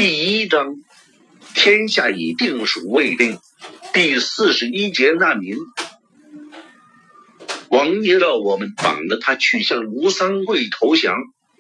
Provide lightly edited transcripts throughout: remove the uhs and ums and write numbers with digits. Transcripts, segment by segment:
第1章，天下已定属未定。第41节难民。王爷让我们绑着他去向吴三桂投降，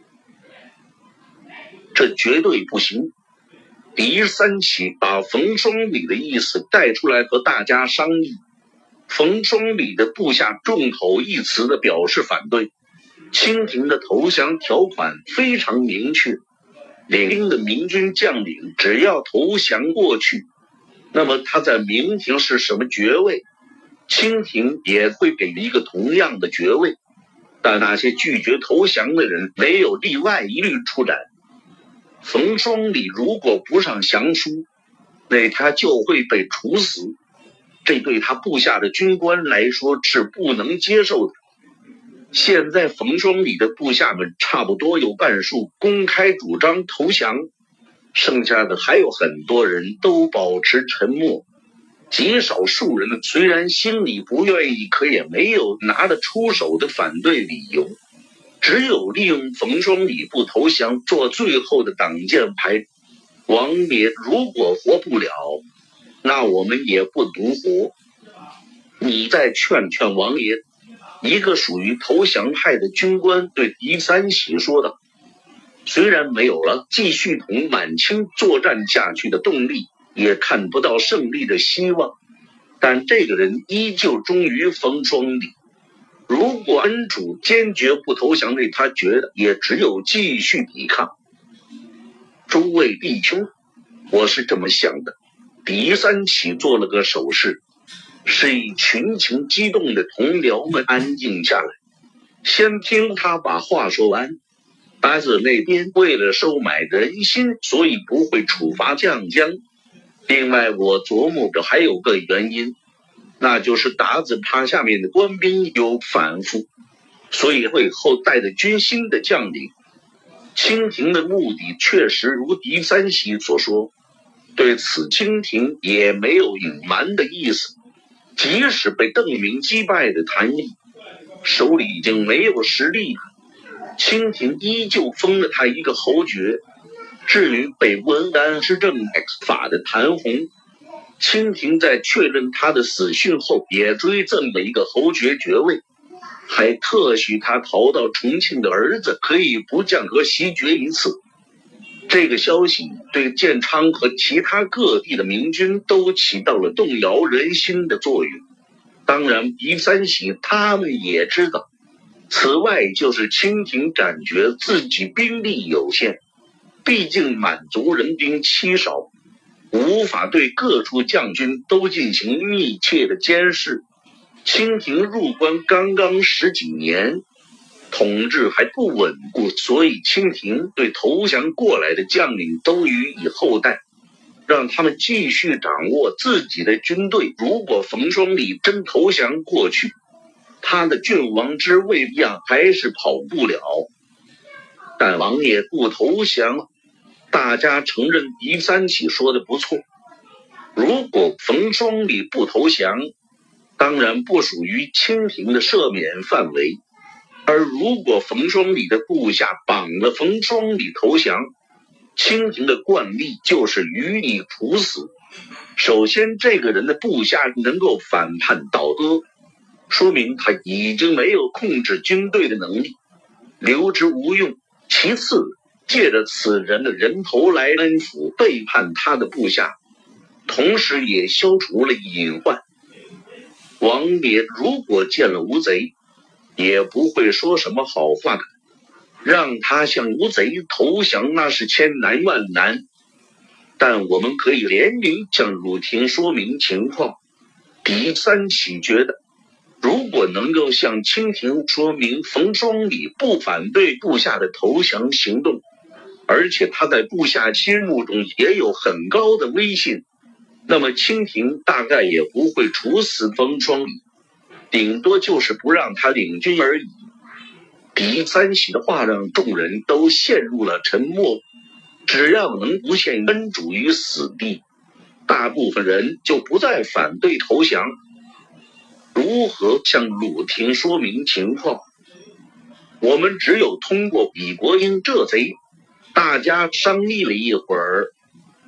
这绝对不行。狄三起把冯双礼的意思带出来和大家商议，冯双礼的部下众口一词地表示反对。清廷的投降条款非常明确，领兵的明军将领只要投降过去，那么他在明廷是什么爵位，清廷也会给一个同样的爵位，但那些拒绝投降的人没有例外一律处斩。冯双礼如果不上降书，那他就会被处死，这对他部下的军官来说是不能接受的。现在冯双礼的部下们差不多有半数公开主张投降，剩下的还有很多人都保持沉默。极少数人虽然心里不愿意，可也没有拿得出手的反对理由，只有利用冯双礼不投降做最后的挡箭牌。王爷如果活不了，那我们也不独活。你再劝劝王爷。一个属于投降派的军官对狄三喜说道，虽然没有了继续同满清作战下去的动力，也看不到胜利的希望，但这个人依旧忠于冯双礼。如果恩主坚决不投降，那他觉得也只有继续抵抗。诸位弟兄，我是这么想的。狄三喜做了个手势，示意群情激动的同僚们安静下来，先听他把话说完。达子那边为了收买人心，所以不会处罚将将。另外我琢磨着还有个原因，那就是达子他下面的官兵有反复，所以会后代的军心的将领。清廷的目的确实如狄三喜所说，对此清廷也没有隐瞒的意思。即使被邓明击败的谭毅手里已经没有实力了，清廷依旧封了他一个侯爵。至于被文安施政 X 法的谭弘，清廷在确认他的死讯后也追赠了一个侯爵爵位，还特许他逃到重庆的儿子可以不降格袭爵一次。这个消息对建昌和其他各地的明军都起到了动摇人心的作用。当然狄三喜他们也知道，此外就是清廷感觉自己兵力有限，毕竟满族人兵稀少，无法对各处将军都进行密切的监视。清廷入关刚刚10几年，统治还不稳固，所以清廷对投降过来的将领都予以后代，让他们继续掌握自己的军队。如果冯双礼真投降过去，他的郡王之位呀还是跑不了。但王爷不投降了，大家承认狄三起说的不错。如果冯双礼不投降，当然不属于清廷的赦免范围。而如果冯双礼的部下绑了冯双礼投降，清廷的惯例就是予以处死。首先这个人的部下能够反叛倒戈，说明他已经没有控制军队的能力，留之无用。其次，借着此人的人头来安抚背叛他的部下，同时也消除了隐患。王爷如果见了吴贼，也不会说什么好话的，让他向吴贼投降那是千难万难。但我们可以联名向鲁廷说明情况。狄三起觉得，如果能够向清廷说明冯双礼不反对部下的投降行动，而且他在部下心目中也有很高的威信，那么清廷大概也不会处死冯双礼，顶多就是不让他领军而已。狄三喜的话让众人都陷入了沉默。只要能不陷恩主于死地，大部分人就不再反对投降。如何向鲁廷说明情况？我们只有通过李国英这贼。大家商议了一会儿，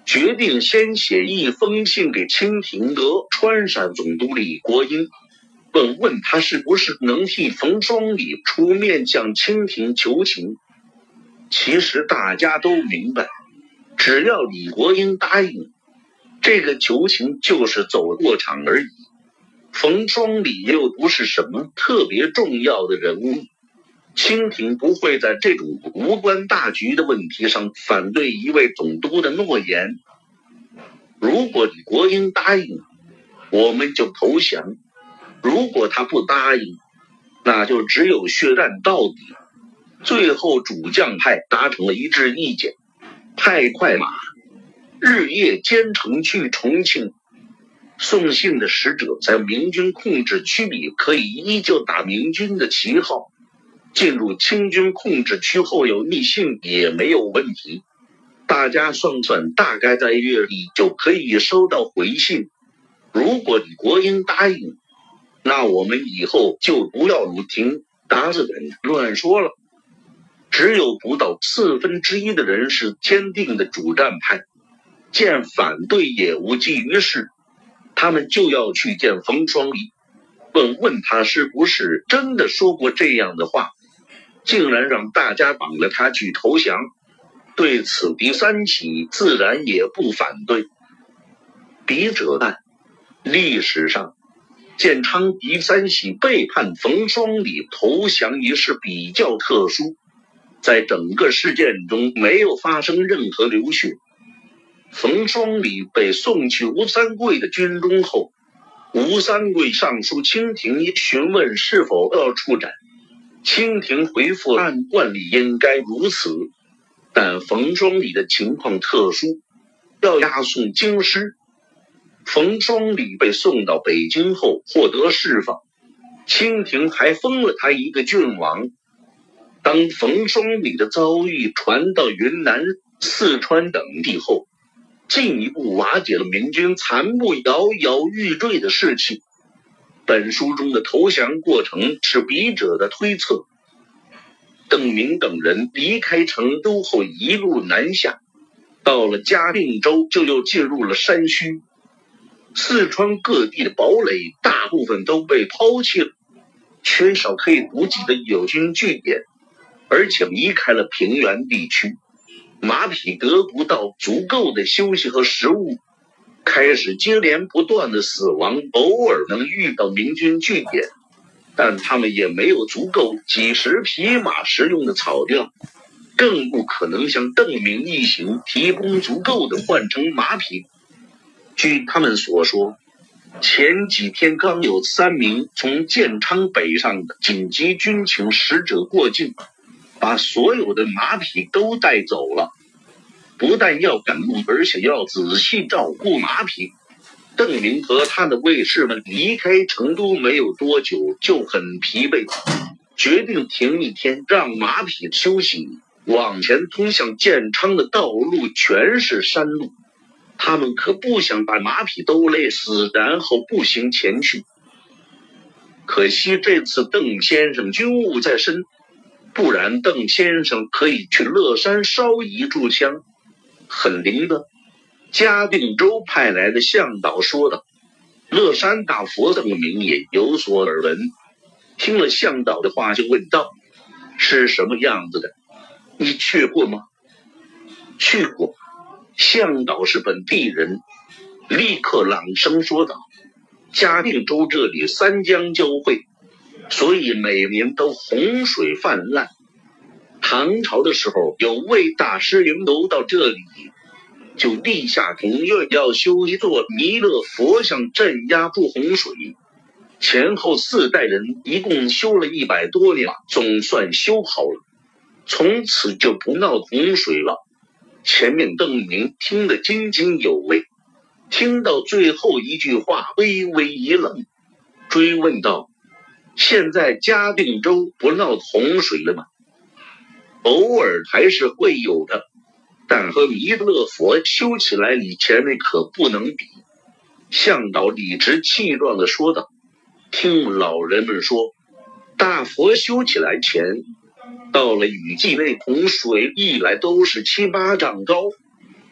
决定先写一封信给清廷的川陕总督李国英，问他是不是能替冯双礼出面向清廷求情。其实大家都明白，只要李国英答应，这个求情就是走过场而已。冯双礼又不是什么特别重要的人物，清廷不会在这种无关大局的问题上反对一位总督的诺言。如果李国英答应，我们就投降；如果他不答应，那就只有血战到底。最后主将派达成了一致意见，派快马日夜兼程去重庆。送信的使者在明军控制区里可以依旧打明军的旗号，进入清军控制区后有密信也没有问题。大家算算，大概在月底就可以收到回信。如果李国英答应，那我们以后就不要如听达子人乱说了。只有不到1/4的人是坚定的主战派，见反对也无济于事，他们就要去见冯双礼，问他是不是真的说过这样的话，竟然让大家绑了他去投降。对此狄三喜自然也不反对。笔者看，历史上建昌狄三喜背叛冯双礼投降一事比较特殊，在整个事件中没有发生任何流血。冯双礼被送去吴三桂的军中后，吴三桂上书清廷询问是否要处斩，清廷回复按惯例应该如此，但冯双礼的情况特殊，要押送京师。冯双礼被送到北京后获得释放，清廷还封了他一个郡王。当冯双礼的遭遇传到云南、四川等地后，进一步瓦解了明军残部摇摇欲坠的士气。本书中的投降过程是笔者的推测。邓明等人离开成都后一路南下，到了嘉定州就又进入了山区。四川各地的堡垒大部分都被抛弃了，缺少可以补给的友军据点，而且离开了平原地区，马匹得不到足够的休息和食物，开始接连不断的死亡。偶尔能遇到明军据点，但他们也没有足够几十匹马食用的草料，更不可能向邓明一行提供足够的换乘马匹。据他们所说，前几天刚有3名从建昌北上的紧急军情使者过境，把所有的马匹都带走了。不但要赶路，而且要仔细照顾马匹。邓明和他的卫士们离开成都没有多久就很疲惫，决定停一天，让马匹休息。往前通向建昌的道路全是山路，他们可不想把马匹都累死，然后步行前去。可惜这次邓先生军务在身，不然邓先生可以去乐山烧一炷香。很灵的，嘉定州派来的向导说道。乐山大佛邓明也有所耳闻，听了向导的话就问道：是什么样子的？你去过吗？去过。向导是本地人，立刻朗声说道。嘉定州这里3江交汇，所以每年都洪水泛滥。唐朝的时候，有位大师迎游到这里，就立下宏愿，要修一座弥勒佛像镇压住洪水。前后4代人一共修了100多年，总算修好了，从此就不闹洪水了。前面邓明听得津津有味，听到最后一句话微微一愣，追问道：现在嘉定州不闹洪水了吗？偶尔还是会有的，但和弥勒佛修起来以前那可不能比。向导理直气壮地说道。听老人们说，大佛修起来前，到了雨季内洪水一来都是7、8丈高，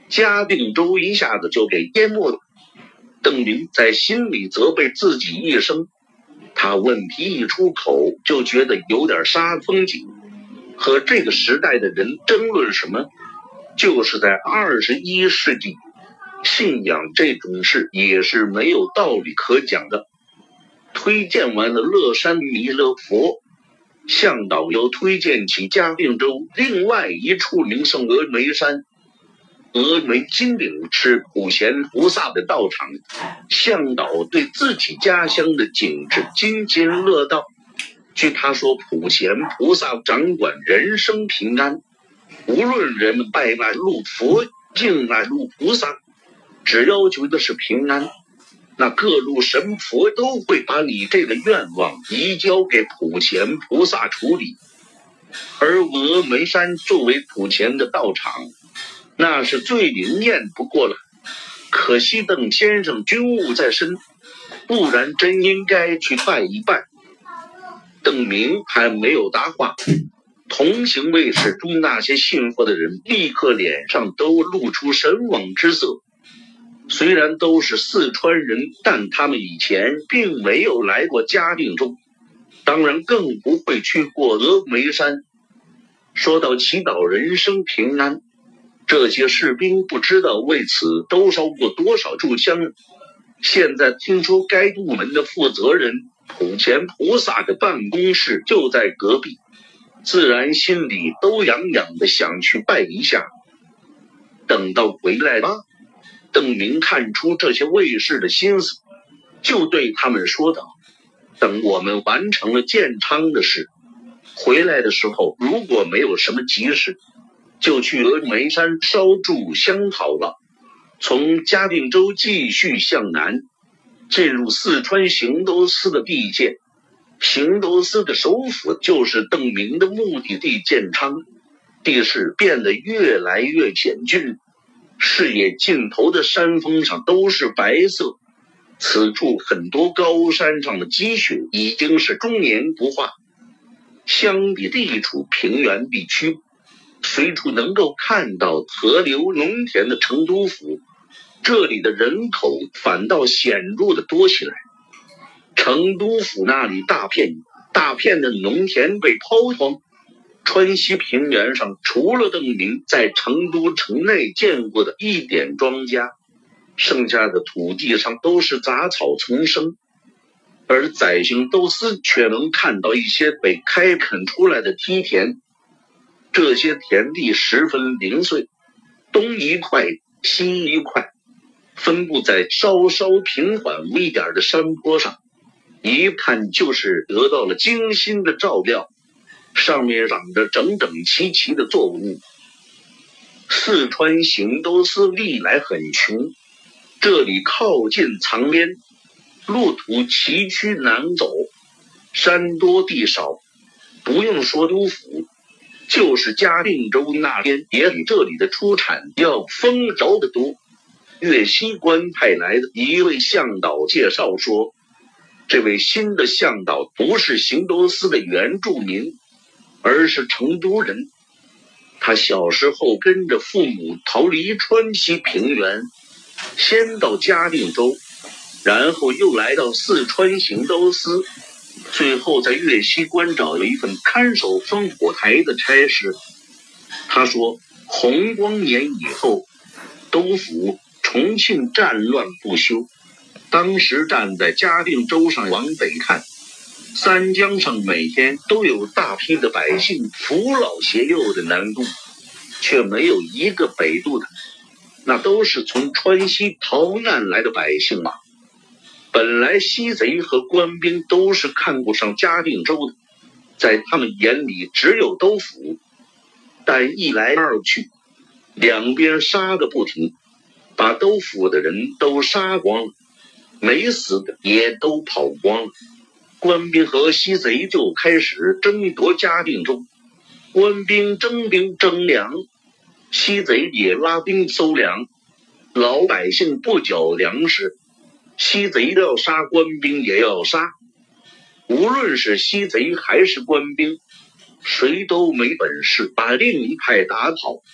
嘉定州一下子就给淹没了。邓明在心里责备自己一声，他问题一出口就觉得有点煞风景，和这个时代的人争论什么？就是在21世纪，信仰这种事也是没有道理可讲的。推荐完了乐山弥勒佛，向导又推荐起嘉定州另外一处名胜峨眉山。峨眉金顶是普贤菩萨的道场，向导对自己家乡的景致津津乐道。据他说，普贤菩萨掌管人生平安，无论人们拜哪路佛，敬哪路菩萨，只要求的是平安，那各路神佛都会把你这个愿望移交给普贤菩萨处理。而峨眉山作为普贤的道场，那是最灵验不过了。可惜邓先生军务在身，不然真应该去拜一拜。邓明还没有答话，同行卫士中那些信佛的人立刻脸上都露出神往之色。虽然都是四川人，但他们以前并没有来过嘉定州，当然更不会去过峨眉山。说到祈祷人生平安，这些士兵不知道为此都烧过多少炷香。现在听说该部门的负责人普贤菩萨的办公室就在隔壁，自然心里都痒痒的想去拜一下。等到回来吧。邓明看出这些卫士的心思，就对他们说道，等我们完成了建昌的事，回来的时候如果没有什么急事，就去峨眉山烧炷香好了。从嘉定州继续向南，进入四川行都司的地界。行都司的首府就是邓明的目的地建昌，地势变得越来越险峻，视野尽头的山峰上都是白色。此处很多高山上的积雪已经是终年不化。相比地处平原地区，随处能够看到河流农田的成都府，这里的人口反倒显著的多起来。成都府那里大片的农田被抛荒，川西平原上除了邓明在成都城内见过的一点庄稼，剩下的土地上都是杂草丛生。而在行都司却能看到一些被开垦出来的梯田，这些田地十分零碎，东一块西一块，分布在稍稍平缓一点的山坡上，一看就是得到了精心的照料，上面长着整整齐齐的作物。四川行都司历来很穷，这里靠近藏边，路途崎岖难走，山多地少，不用说都府，就是嘉定州那边也比这里的出产要丰饶得多。岳西关派来的一位向导介绍说，这位新的向导不是行都司的原住民，而是成都人。他小时候跟着父母逃离川西平原，先到嘉定州，然后又来到四川行都司，最后在岳西关找了一份看守烽火台的差事。他说，弘光年以后，都府重庆战乱不休，当时站在嘉定州上往北看，三江上每天都有大批的百姓扶老携幼的南渡，却没有一个北渡的，那都是从川西逃难来的百姓嘛。本来西贼和官兵都是看不上嘉定州的，在他们眼里只有都府，但一来二去，两边杀个不停，把都府的人都杀光了，没死的也都跑光了。官兵和西贼就开始争夺嘉定州，官兵征兵征粮，西贼也拉兵搜粮，老百姓不缴粮食，西贼要杀，官兵也要杀。无论是西贼还是官兵，谁都没本事把另一派打跑。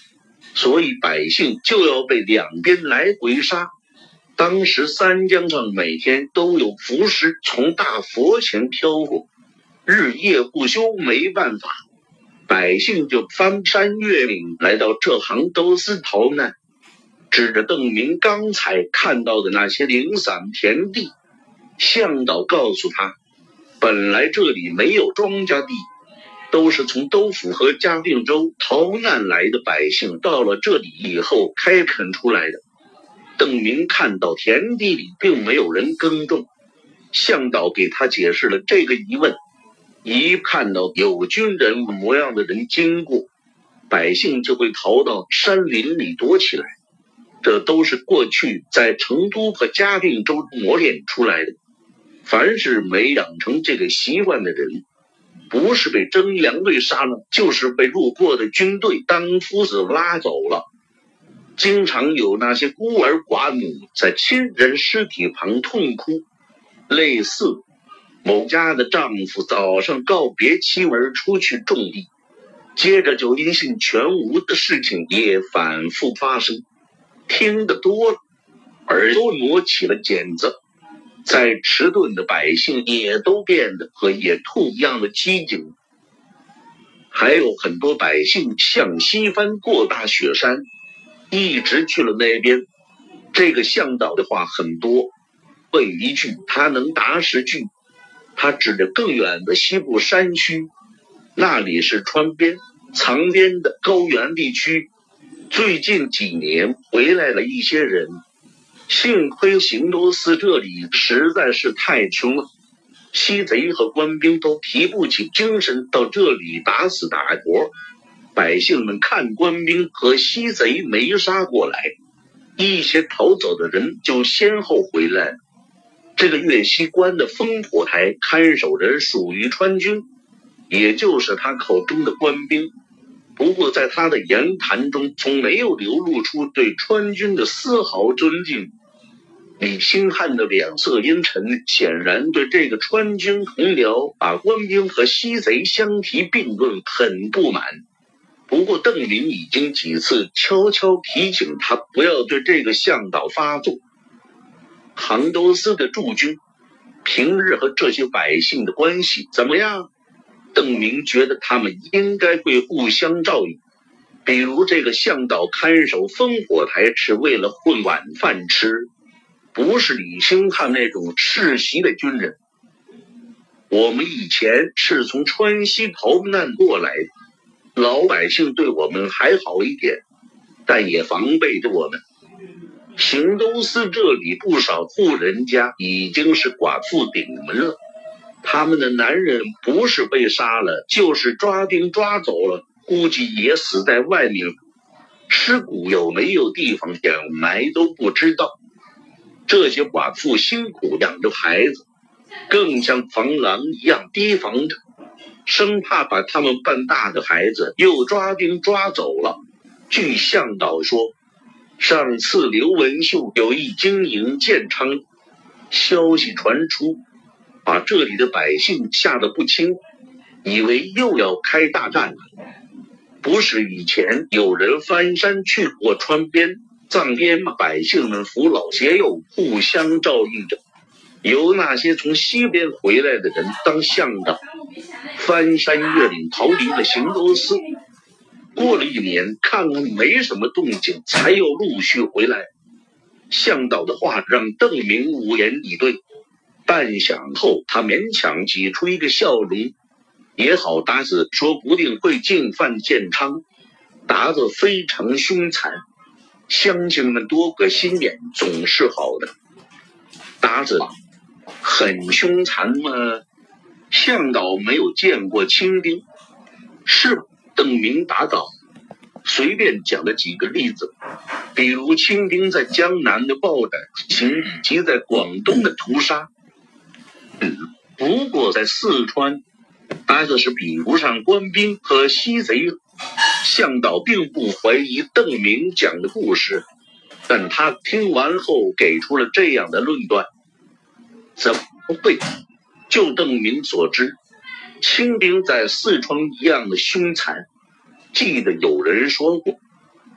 所以百姓就要被两边来回杀。当时三江上每天都有浮石从大佛前飘过，日夜不休，没办法，百姓就翻山越岭来到这杭州司逃难。指着邓明刚才看到的那些零散田地，向导告诉他，本来这里没有庄稼地，都是从都府和嘉定州逃难来的百姓到了这里以后开垦出来的。邓明看到田地里并没有人耕种，向导给他解释了这个疑问。一看到有军人模样的人经过，百姓就会逃到山林里躲起来，这都是过去在成都和嘉定州磨练出来的。凡是没养成这个习惯的人，不是被征粮队杀了，就是被路过的军队当夫子拉走了。经常有那些孤儿寡母在亲人尸体旁痛哭，类似某家的丈夫早上告别妻儿出去种地，接着就音信全无的事情也反复发生。听得多了，耳朵磨起了茧子，再迟钝的百姓也都变得和野兔一样的机警。还有很多百姓向西翻过大雪山，一直去了那边。这个向导的话很多，问一句他能答10句。他指着更远的西部山区，那里是川边、藏边的高原地区。最近几年回来了一些人，幸亏行都司这里实在是太穷了，西贼和官兵都提不起精神到这里打死打活。百姓们看官兵和西贼没杀过来，一些逃走的人就先后回来了。这个岳西关的烽火台看守人属于川军，也就是他口中的官兵。不过在他的言谈中从没有流露出对川军的丝毫尊敬。李兴汉的两色阴沉，显然对这个川军同僚把官兵和西贼相提并论很不满。不过邓明已经几次悄悄提醒他不要对这个向导发作。杭州司的驻军平日和这些百姓的关系怎么样？邓明觉得他们应该会互相照应，比如这个向导看守烽火台是为了混晚饭吃，不是李兴汉那种世袭的军人。我们以前是从川西逃难过来的，老百姓对我们还好一点，但也防备着我们。行都司这里不少户人家已经是寡妇顶门了，他们的男人不是被杀了，就是抓丁抓走了，估计也死在外面，尸骨有没有地方掩埋都不知道。这些寡妇辛苦养着孩子，更像防狼一样提防着，生怕把他们半大的孩子又抓丁抓走了。据向导说，上次刘文秀有意经营建昌，消息传出，把这里的百姓吓得不轻，以为又要开大战了。不是以前有人翻山去过川边、藏边吗？百姓们扶老携幼，互相照应着。由那些从西边回来的人当向导，翻山越岭逃离了行都司。过了1年，看看没什么动静，才又陆续回来。向导的话让邓明无言以对，半晌后他勉强挤出一个笑容，也好，达子说不定会进犯建昌，达子非常凶残，乡亲们多个心眼总是好的。达子很凶残吗？向导没有见过清兵。是吧？邓明答道，随便讲了几个例子，比如清兵在江南的暴胆行以及在广东的屠杀。不过在四川，达子是比不上官兵和西贼。向导并不怀疑邓明讲的故事，但他听完后给出了这样的论断。怎么会？就邓明所知，清兵在四川一样的凶残。记得有人说过，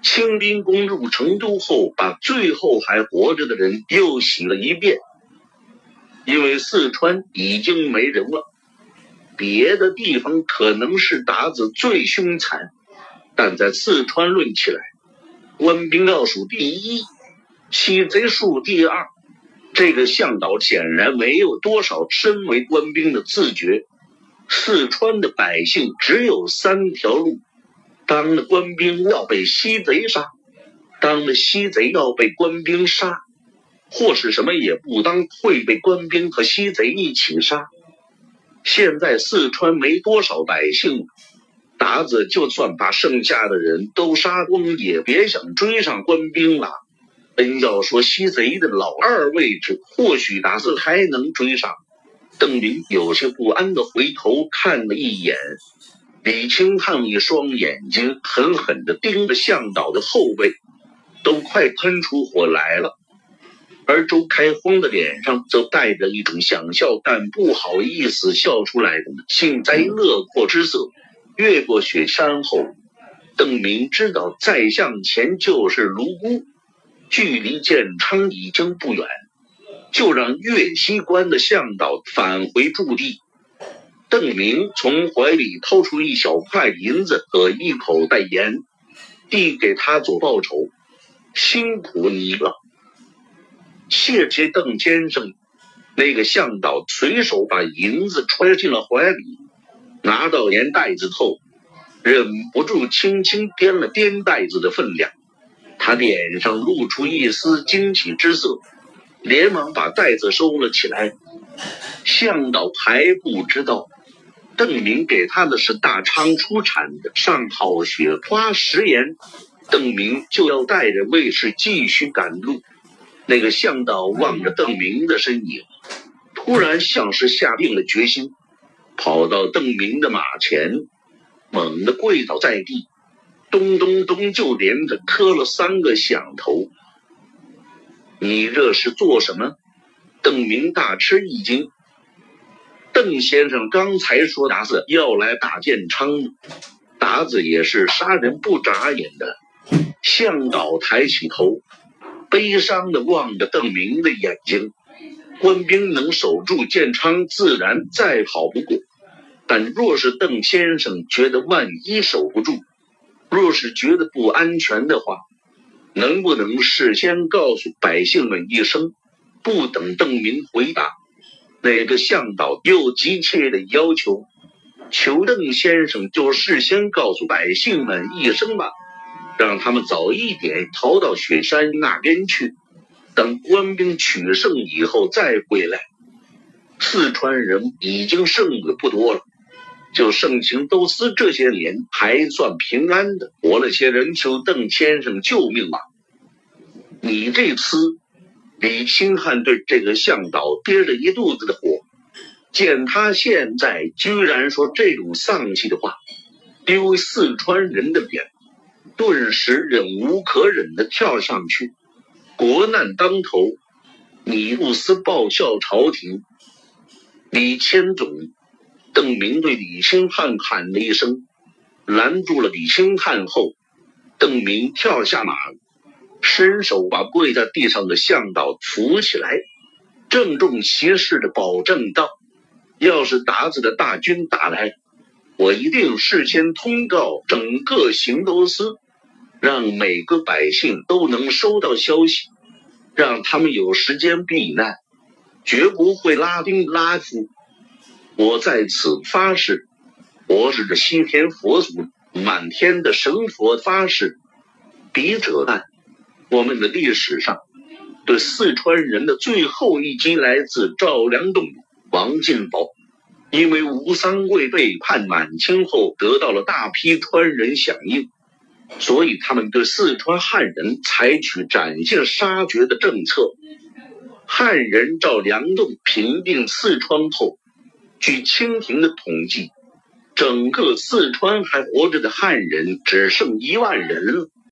清兵攻入成都后，把最后还活着的人又洗了一遍。因为四川已经没人了，别的地方可能是鞑子最凶残，但在四川论起来，官兵要数第一，西贼数第二。这个向导显然没有多少身为官兵的自觉。四川的百姓只有三条路：当了官兵要被西贼杀，当了西贼要被官兵杀，或是什么也不当，会被官兵和西贼一起杀。现在四川没多少百姓，鞑子就算把剩下的人都杀光，也别想追上官兵了。要说西贼的老二位置，或许鞑子还能追上。邓明有些不安地回头看了一眼，李清汉一双眼睛狠狠地盯着向导的后背，都快喷出火来了。而周开荒的脸上则带着一种想笑但不好意思笑出来的幸灾乐祸之色。越过雪山后，邓明知道再向前就是泸沽，距离建昌已经不远，就让岳西关的向导返回驻地。邓明从怀里掏出一小块银子和一口袋盐，递给他做报酬：“辛苦你了。”“谢谢邓先生。”那个向导随手把银子揣进了怀里，拿到盐袋子后，忍不住轻轻掂了掂袋子的分量。他脸上露出一丝惊奇之色，连忙把袋子收了起来。向导还不知道，邓明给他的是大昌出产的上好雪花食盐。邓明就要带着卫士继续赶路。那个向导望着邓明的身影，突然像是下定了决心，跑到邓明的马前，猛地跪倒在地，咚咚咚就连着磕了3个响头。“你这是做什么？”邓明大吃一惊。“邓先生刚才说鞑子要来打建昌，鞑子也是杀人不眨眼的。”向导抬起头，悲伤地望着邓明的眼睛。官兵能守住建昌，自然再好不过，但若是邓先生觉得万一守不住，若是觉得不安全的话，能不能事先告诉百姓们一声？不等邓明回答，那个向导又急切地要求：“求邓先生就事先告诉百姓们一声吧，让他们早一点逃到雪山那边去，等官兵取胜以后再回来。四川人已经剩的不多了，就剩秦都司这些年还算平安的活了些人，求邓先生救命吧。”“你这厮！”李清汉对这个向导憋着一肚子的火，见他现在居然说这种丧气的话，丢四川人的脸，顿时忍无可忍地跳上去。“国难当头，你不思报效朝廷。”“李千总！”邓明对李清汉喊了一声，拦住了李清汉后，邓明跳下马，伸手把跪在地上的向导扶起来，郑重其事地保证道：“要是鞑子的大军打来，我一定事先通告整个行都司，让每个百姓都能收到消息，让他们有时间避难，绝不会拉丁拉夫。我在此发誓，我指着西天佛祖满天的神佛发誓，笔者看，我们的历史上对四川人的最后一击来自赵良栋、王进宝。因为吴三桂背叛满清后得到了大批川人响应，所以他们对四川汉人采取斩尽杀绝的政策。汉人赵良栋平定四川后，据清廷的统计，整个四川还活着的汉人只剩1万人了。